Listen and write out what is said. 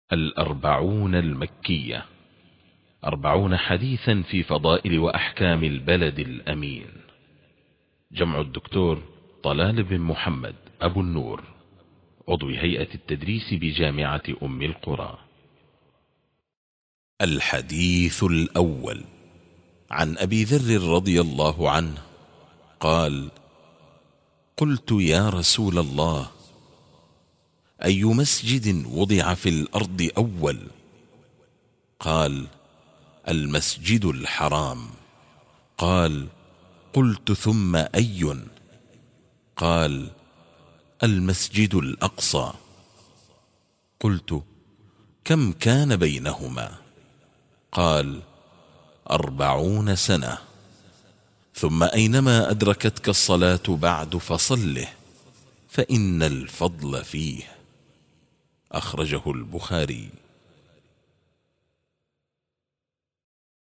الأربعون المكية، 40 حديثا في فضائل وأحكام البلد الأمين. جمع الدكتور طلال بن محمد أبو النور، عضو هيئة التدريس بجامعة أم القرى. الحديث الأول، عن أبي ذر رضي الله عنه قال: قلت يا رسول الله، أي مسجد وضع في الأرض أول؟ قال: المسجد الحرام. قال: قلت ثم أي؟ قال: المسجد الأقصى. قلت: كم كان بينهما؟ قال: 40 سنة. ثم أينما أدركتك الصلاة بعد فصله، فإن الفضل فيه. أخرجه البخاري.